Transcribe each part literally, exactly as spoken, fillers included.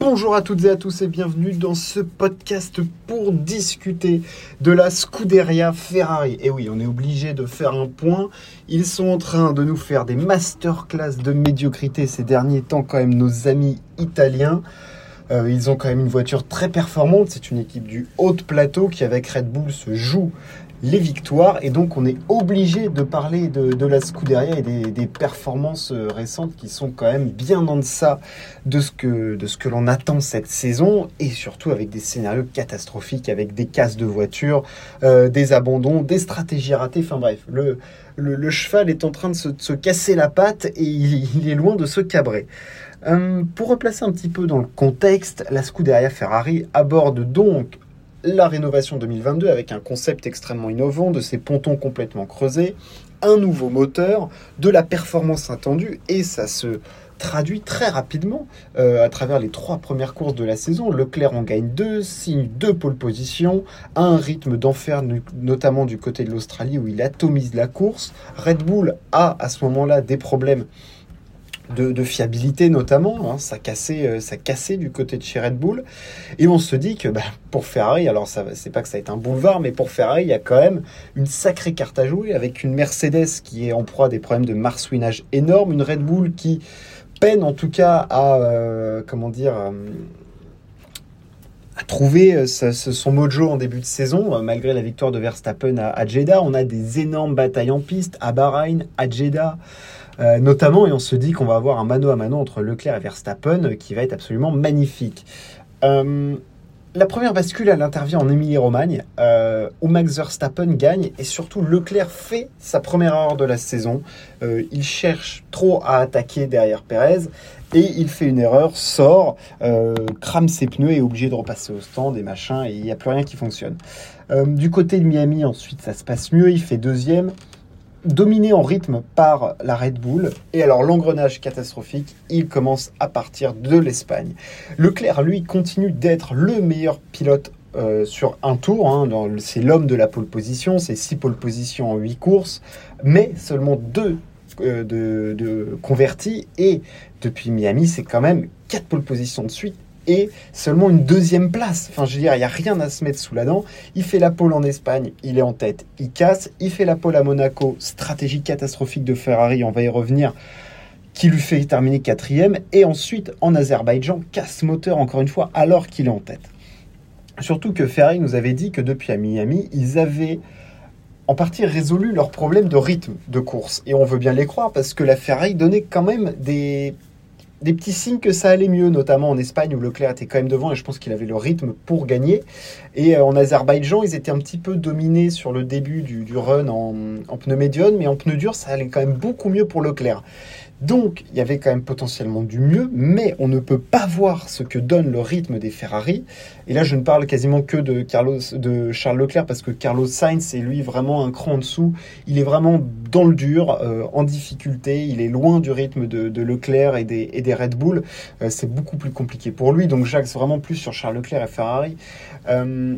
Bonjour à toutes et à tous et bienvenue dans ce podcast pour discuter de la Scuderia Ferrari. Et oui, on est obligé de faire un point. Ils sont en train de nous faire des masterclass de médiocrité ces derniers temps, quand même, nos amis italiens. Euh, ils ont quand même une voiture très performante. C'est une équipe du haut de plateau qui, avec Red Bull, se joue les victoires. Et donc, on est obligé de parler de, de la Scuderia et des, des performances récentes qui sont quand même bien en deçà de ce que, de ce que l'on attend cette saison. Et surtout avec des scénarios catastrophiques, avec des casses de voitures, euh, des abandons, des stratégies ratées. Enfin bref, le, le, le cheval est en train de se, de se casser la patte et il, il est loin de se cabrer. Euh, pour replacer un petit peu dans le contexte, la Scuderia Ferrari aborde donc la rénovation deux mille vingt-deux avec un concept extrêmement innovant, de ses pontons complètement creusés, un nouveau moteur, de la performance attendue, et ça se traduit très rapidement euh, à travers les trois premières courses de la saison. Leclerc en gagne deux, signe deux pole positions, à un rythme d'enfer, notamment du côté de l'Australie où il atomise la course. Red Bull a à ce moment-là des problèmes De, de fiabilité notamment, hein, ça cassait, euh, ça cassait du côté de chez Red Bull, et on se dit que bah, pour Ferrari, alors ça, c'est pas que ça va être un boulevard, mais pour Ferrari, il y a quand même une sacrée carte à jouer avec une Mercedes qui est en proie à des problèmes de marsouinage énormes, une Red Bull qui peine en tout cas à, euh, comment dire, euh, à trouver ce, ce, son mojo en début de saison, euh, malgré la victoire de Verstappen à, à Jeddah. On a des énormes batailles en piste à Bahreïn, à Jeddah, Euh, notamment, et on se dit qu'on va avoir un mano à mano entre Leclerc et Verstappen euh, qui va être absolument magnifique. Euh, la première bascule, elle intervient en Émilie-Romagne, euh, où Max Verstappen gagne, et surtout Leclerc fait sa première erreur de la saison. Euh, il cherche trop à attaquer derrière Pérez, et il fait une erreur, sort, euh, crame ses pneus et est obligé de repasser au stand et machin, et il n'y a plus rien qui fonctionne. Euh, du côté de Miami, ensuite, ça se passe mieux, il fait deuxième, dominé en rythme par la Red Bull, et alors l'engrenage catastrophique, il commence à partir de l'Espagne. Leclerc, lui, continue d'être le meilleur pilote euh, sur un tour, hein, dans le, c'est l'homme de la pole position, c'est six pole positions en huit courses, mais seulement deux euh, de, de convertis, et depuis Miami, c'est quand même quatre pole positions de suite, et seulement une deuxième place. Enfin, je veux dire, il n'y a rien à se mettre sous la dent. Il fait la pole en Espagne, il est en tête, il casse. Il fait la pole à Monaco, stratégie catastrophique de Ferrari, on va y revenir, qui lui fait terminer quatrième. Et ensuite, en Azerbaïdjan, casse moteur encore une fois, alors qu'il est en tête. Surtout que Ferrari nous avait dit que depuis à Miami, ils avaient en partie résolu leurs problèmes de rythme de course. Et on veut bien les croire, parce que la Ferrari donnait quand même des... des petits signes que ça allait mieux, notamment en Espagne où Leclerc était quand même devant et je pense qu'il avait le rythme pour gagner. Et euh, en Azerbaïdjan, ils étaient un petit peu dominés sur le début du, du run en, en pneu médium, mais en pneu dur, ça allait quand même beaucoup mieux pour Leclerc. Donc, il y avait quand même potentiellement du mieux, mais on ne peut pas voir ce que donne le rythme des Ferrari. Et là, je ne parle quasiment que de, Carlos, de Charles Leclerc, parce que Carlos Sainz est lui vraiment un cran en dessous. Il est vraiment dans le dur, euh, en difficulté. Il est loin du rythme de, de Leclerc et des, et des Red Bull. Euh, c'est beaucoup plus compliqué pour lui. Donc, j'axe vraiment plus sur Charles Leclerc et Ferrari. Euh,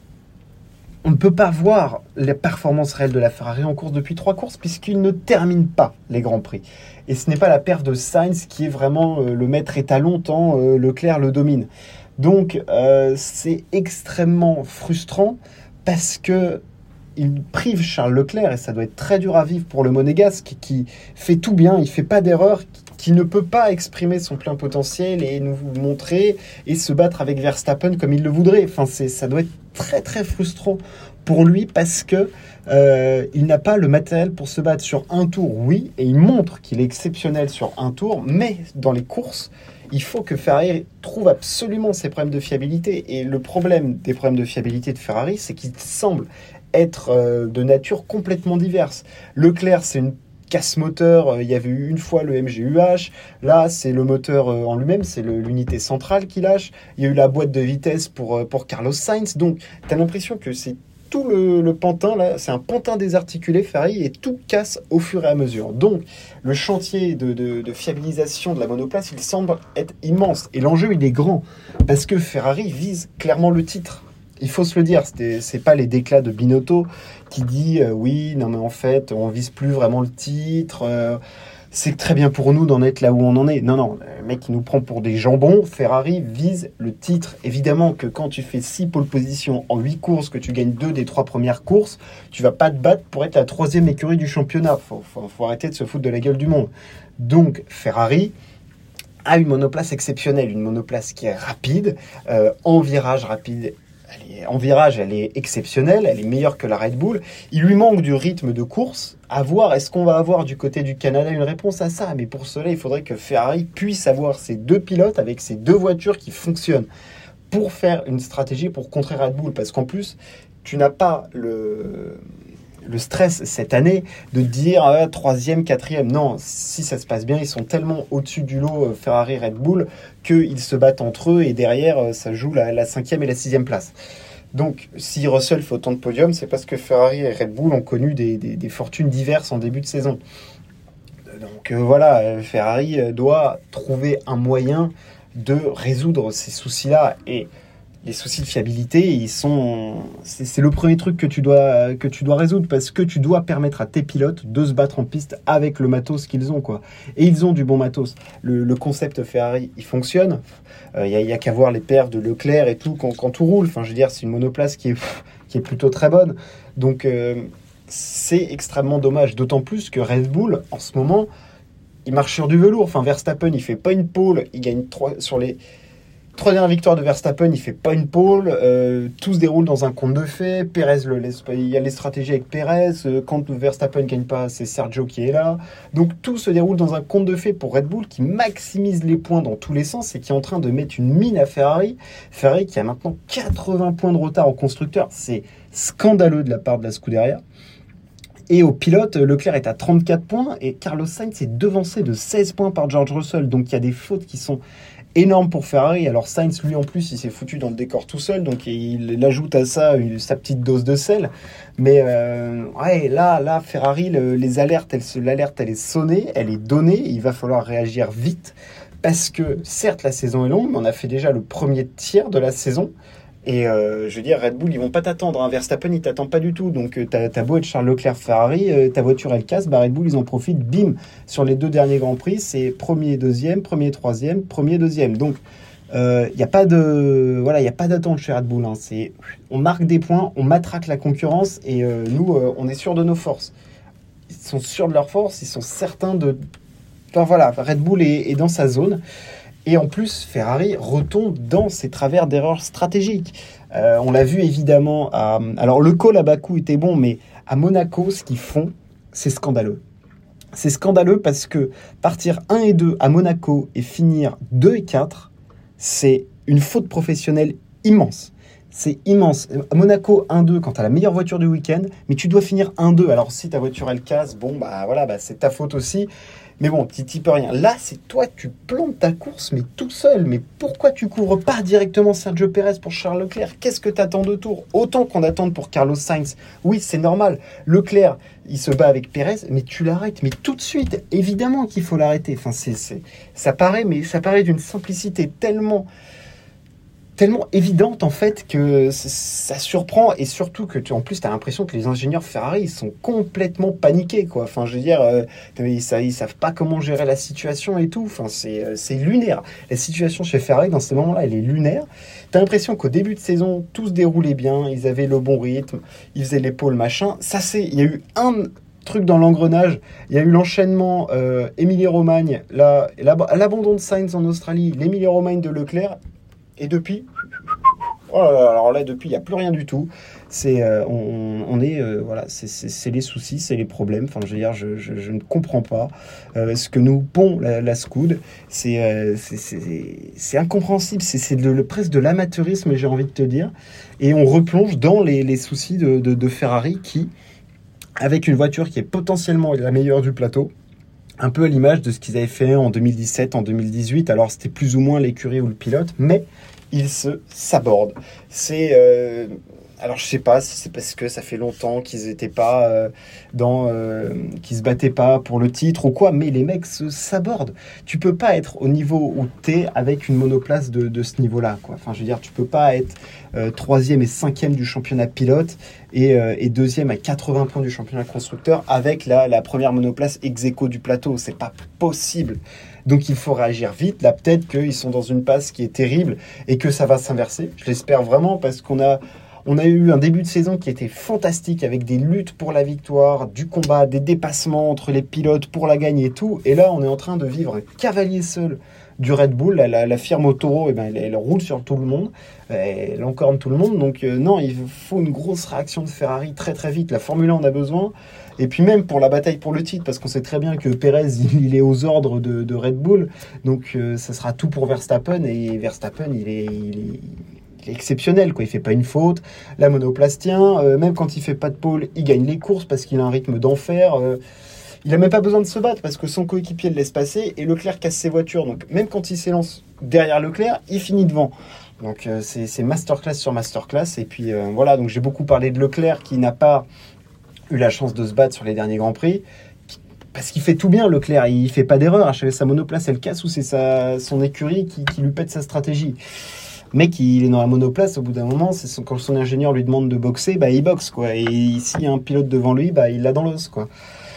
On ne peut pas voir les performances réelles de la Ferrari en course depuis trois courses puisqu'il ne termine pas les Grands Prix. Et ce n'est pas la perf de Sainz qui est vraiment euh, le maître étalon tant euh, Leclerc le domine. Donc euh, c'est extrêmement frustrant parce que il prive Charles Leclerc, et ça doit être très dur à vivre pour le Monégasque qui fait tout bien, il ne fait pas d'erreur, qui ne peut pas exprimer son plein potentiel et nous montrer et se battre avec Verstappen comme il le voudrait. Enfin, c'est, ça doit être très très frustrant pour lui parce que euh, il n'a pas le matériel pour se battre sur un tour, oui, et il montre qu'il est exceptionnel sur un tour, mais dans les courses, il faut que Ferrari trouve absolument ses problèmes de fiabilité. Et le problème des problèmes de fiabilité de Ferrari, c'est qu'il semble être euh, de nature complètement diverse. Leclerc, c'est une casse-moteur, il y avait eu une fois le M G U H, là c'est le moteur en lui-même, c'est le, l'unité centrale qui lâche, il y a eu la boîte de vitesse pour, pour Carlos Sainz, donc tu as l'impression que c'est tout le, le pantin, là, c'est un pantin désarticulé Ferrari et tout casse au fur et à mesure. Donc le chantier de, de, de fiabilisation de la monoplace, il semble être immense, et l'enjeu il est grand, parce que Ferrari vise clairement le titre. Il faut se le dire, c'était, c'est pas les déclats de Binotto qui dit euh, oui, non mais en fait, on vise plus vraiment le titre. Euh, c'est très bien pour nous d'en être là où on en est. Non, non, le mec, il nous prend pour des jambons. Ferrari vise le titre. Évidemment que quand tu fais six pole positions en huit courses, que tu gagnes deux des trois premières courses, tu vas pas te battre pour être la troisième écurie du championnat. Faut, faut, faut arrêter de se foutre de la gueule du monde. Donc, Ferrari a une monoplace exceptionnelle, une monoplace qui est rapide, euh, en virage rapide. Elle est, en virage, elle est exceptionnelle, elle est meilleure que la Red Bull. Il lui manque du rythme de course. À voir, est-ce qu'on va avoir du côté du Canada une réponse à ça? Mais pour cela, il faudrait que Ferrari puisse avoir ces deux pilotes avec ces deux voitures qui fonctionnent pour faire une stratégie pour contrer Red Bull. Parce qu'en plus, tu n'as pas le, le stress cette année de dire euh, troisième, quatrième. Non, si ça se passe bien, ils sont tellement au-dessus du lot Ferrari, Red Bull, qu'ils se battent entre eux et derrière, ça joue la, la cinquième et la sixième place. Donc, si Russell fait autant de podiums, c'est parce que Ferrari et Red Bull ont connu des, des, des fortunes diverses en début de saison. Donc euh, voilà, Ferrari doit trouver un moyen de résoudre ces soucis-là. Et les soucis de fiabilité, ils sont, c'est, c'est le premier truc que tu dois que tu dois résoudre parce que tu dois permettre à tes pilotes de se battre en piste avec le matos qu'ils ont, quoi. Et ils ont du bon matos. Le, le concept Ferrari, il fonctionne. Il euh, y a, y a qu'à voir les perfs de Leclerc et tout quand, quand tout roule. Enfin, je veux dire, c'est une monoplace qui est qui est plutôt très bonne. Donc euh, c'est extrêmement dommage. D'autant plus que Red Bull, en ce moment, il marche sur du velours. Enfin, Verstappen, il fait pas une pole, il gagne trois sur les Trois dernières victoires de Verstappen, il fait pas une pole, euh, tout se déroule dans un conte de fées. Perez, le laisse, il y a les stratégies avec Perez. Euh, quand Verstappen ne gagne pas, c'est Sergio qui est là. Donc tout se déroule dans un conte de fées pour Red Bull qui maximise les points dans tous les sens et qui est en train de mettre une mine à Ferrari. Ferrari qui a maintenant quatre-vingts points de retard au constructeur, c'est scandaleux de la part de la Scuderia. Et au pilote, Leclerc est à trente-quatre points et Carlos Sainz est devancé de seize points par George Russell. Donc il y a des fautes qui sont énorme pour Ferrari. Alors Sainz, lui en plus, il s'est foutu dans le décor tout seul, donc il, il ajoute à ça une, sa petite dose de sel. Mais euh, ouais, là, là, Ferrari, le, les alertes, elle, l'alerte, elle est sonnée, elle est donnée. Il va falloir réagir vite parce que certes, la saison est longue, mais on a fait déjà le premier tiers de la saison. Et euh, je veux dire, Red Bull, ils vont pas t'attendre. Hein. Verstappen, il t'attend pas du tout. Donc, euh, t'as, t'as beau être Charles Leclerc Ferrari, euh, ta voiture, elle casse. Bah, Red Bull, ils en profitent. Bim, sur les deux derniers Grands Prix, c'est premier, deuxième, premier, troisième, premier, deuxième. Donc, il euh, n'y a pas de, voilà, il y a pas d'attente chez Red Bull. Hein. C'est, on marque des points, on matraque la concurrence et euh, nous, euh, on est sûr de nos forces. Ils sont sûrs de leurs forces, ils sont certains de. Enfin voilà, Red Bull est, est dans sa zone. Et en plus, Ferrari retombe dans ses travers d'erreurs stratégiques. Euh, on l'a vu évidemment à... Alors, le call à Bakou était bon, mais à Monaco, ce qu'ils font, c'est scandaleux. C'est scandaleux parce que partir un et deux à Monaco et finir deux et quatre, c'est une faute professionnelle immense. C'est immense. À Monaco, un deux, quand tu as la meilleure voiture du week-end, mais tu dois finir un deux. Alors, si ta voiture, elle casse, bon, bah voilà, bah, c'est ta faute aussi. Mais bon, tu n'y peux rien. Là, c'est toi, tu plantes ta course, mais tout seul. Mais pourquoi tu couvres pas directement Sergio Perez pour Charles Leclerc? Qu'est-ce que tu attends de tour? Autant qu'on attende pour Carlos Sainz. Oui, c'est normal. Leclerc, il se bat avec Perez, mais tu l'arrêtes. Mais tout de suite, évidemment qu'il faut l'arrêter. Enfin, c'est, c'est, ça paraît, mais ça paraît d'une simplicité tellement... tellement évidente en fait que ça surprend et surtout que tu, en plus tu as l'impression que les ingénieurs Ferrari ils sont complètement paniqués quoi. Enfin je veux dire euh, ils, savent, ils savent pas comment gérer la situation et tout. Enfin c'est, c'est lunaire. La situation chez Ferrari dans ce moment-là elle est lunaire. Tu as l'impression qu'au début de saison tout se déroulait bien, ils avaient le bon rythme, ils faisaient l'épaule machin. Ça c'est, il y a eu un truc dans l'engrenage, il y a eu l'enchaînement euh, Émilie-Romagne, la, la, l'abandon de Sainz en Australie, l'Émilie-Romagne de Leclerc. Et depuis, oh là là, alors là, depuis, il n'y a plus rien du tout. C'est, euh, on, on est, euh, voilà, c'est, c'est, c'est les soucis, c'est les problèmes. Enfin, je veux dire, je, je, je ne comprends pas euh, ce que nous pond la, la Scoud. C'est, euh, c'est, c'est, c'est incompréhensible. C'est, c'est de, le, presque de l'amateurisme, j'ai envie de te dire. Et on replonge dans les, les soucis de, de, de Ferrari qui, avec une voiture qui est potentiellement la meilleure du plateau, un peu à l'image de ce qu'ils avaient fait en deux mille dix-sept, en deux mille dix-huit. Alors, c'était plus ou moins l'écurie ou le pilote, mais ils se sabordent. C'est, euh, Alors je sais pas si c'est parce que ça fait longtemps qu'ils étaient pas euh, dans, euh, qu'ils se battaient pas pour le titre ou quoi, mais les mecs se sabordent. Tu peux pas être au niveau où t'es avec une monoplace de, de ce niveau-là, quoi. Enfin, je veux dire, tu peux pas être euh, troisième et cinquième du championnat pilote et, euh, et deuxième à quatre-vingts points du championnat constructeur avec la, la première monoplace ex aequo du plateau. C'est pas possible. Donc il faut réagir vite. Là, peut-être qu'ils sont dans une passe qui est terrible et que ça va s'inverser. Je l'espère vraiment parce qu'on a On a eu un début de saison qui était fantastique avec des luttes pour la victoire, du combat, des dépassements entre les pilotes pour la gagner et tout. Et là, on est en train de vivre un cavalier seul du Red Bull. La, la, la firme Toro, eh ben, elle, elle roule sur tout le monde. Elle encorne tout le monde. Donc euh, non, il faut une grosse réaction de Ferrari très très vite. La Formule un en a besoin. Et puis même pour la bataille pour le titre, parce qu'on sait très bien que Pérez, il, il est aux ordres de, de Red Bull. Donc euh, ça sera tout pour Verstappen. Et Verstappen, il est... Il est exceptionnel, quoi. Il fait pas une faute, la monoplace tient, euh, même quand il fait pas de pole, il gagne les courses parce qu'il a un rythme d'enfer. Euh, il a même pas besoin de se battre parce que son coéquipier le laisse passer et Leclerc casse ses voitures. Donc même quand il s'élance derrière Leclerc, il finit devant. Donc euh, c'est, c'est masterclass sur masterclass. Et puis euh, voilà, donc j'ai beaucoup parlé de Leclerc qui n'a pas eu la chance de se battre sur les derniers Grands Prix. Parce qu'il fait tout bien, Leclerc, il fait pas d'erreur. À chaque fois, sa monoplace, elle casse ou c'est sa, son écurie qui, qui lui pète sa stratégie. Le mec, il est dans la monoplace, au bout d'un moment, c'est son, quand son ingénieur lui demande de boxer, bah, il boxe, quoi. Et s'il y a un pilote devant lui, bah, il l'a dans l'os, quoi.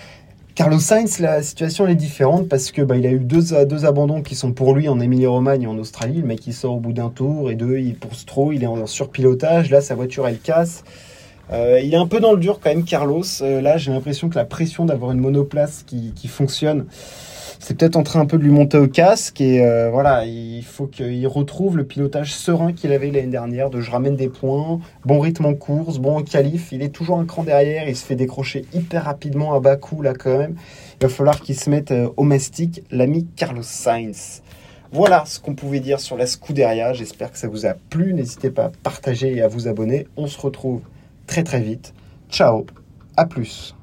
Carlos Sainz, la situation elle est différente parce que bah, il a eu deux, deux abandons qui sont pour lui en Émilie-Romagne et en Australie. Le mec, il sort au bout d'un tour et deux, il, pour Stroll, il est en surpilotage. Là, sa voiture, elle casse. Euh, il est un peu dans le dur quand même, Carlos. Euh, là, j'ai l'impression que la pression d'avoir une monoplace qui, qui fonctionne, c'est peut-être en train un peu de lui monter au casque. Et euh, voilà, il faut qu'il retrouve le pilotage serein qu'il avait l'année dernière, de je ramène des points, bon rythme en course, bon en qualif. Il est toujours un cran derrière, il se fait décrocher hyper rapidement à bas coup là quand même. Il va falloir qu'il se mette au mastic, l'ami Carlos Sainz. Voilà ce qu'on pouvait dire sur la Scuderia. J'espère que ça vous a plu. N'hésitez pas à partager et à vous abonner. On se retrouve très très vite. Ciao, à plus.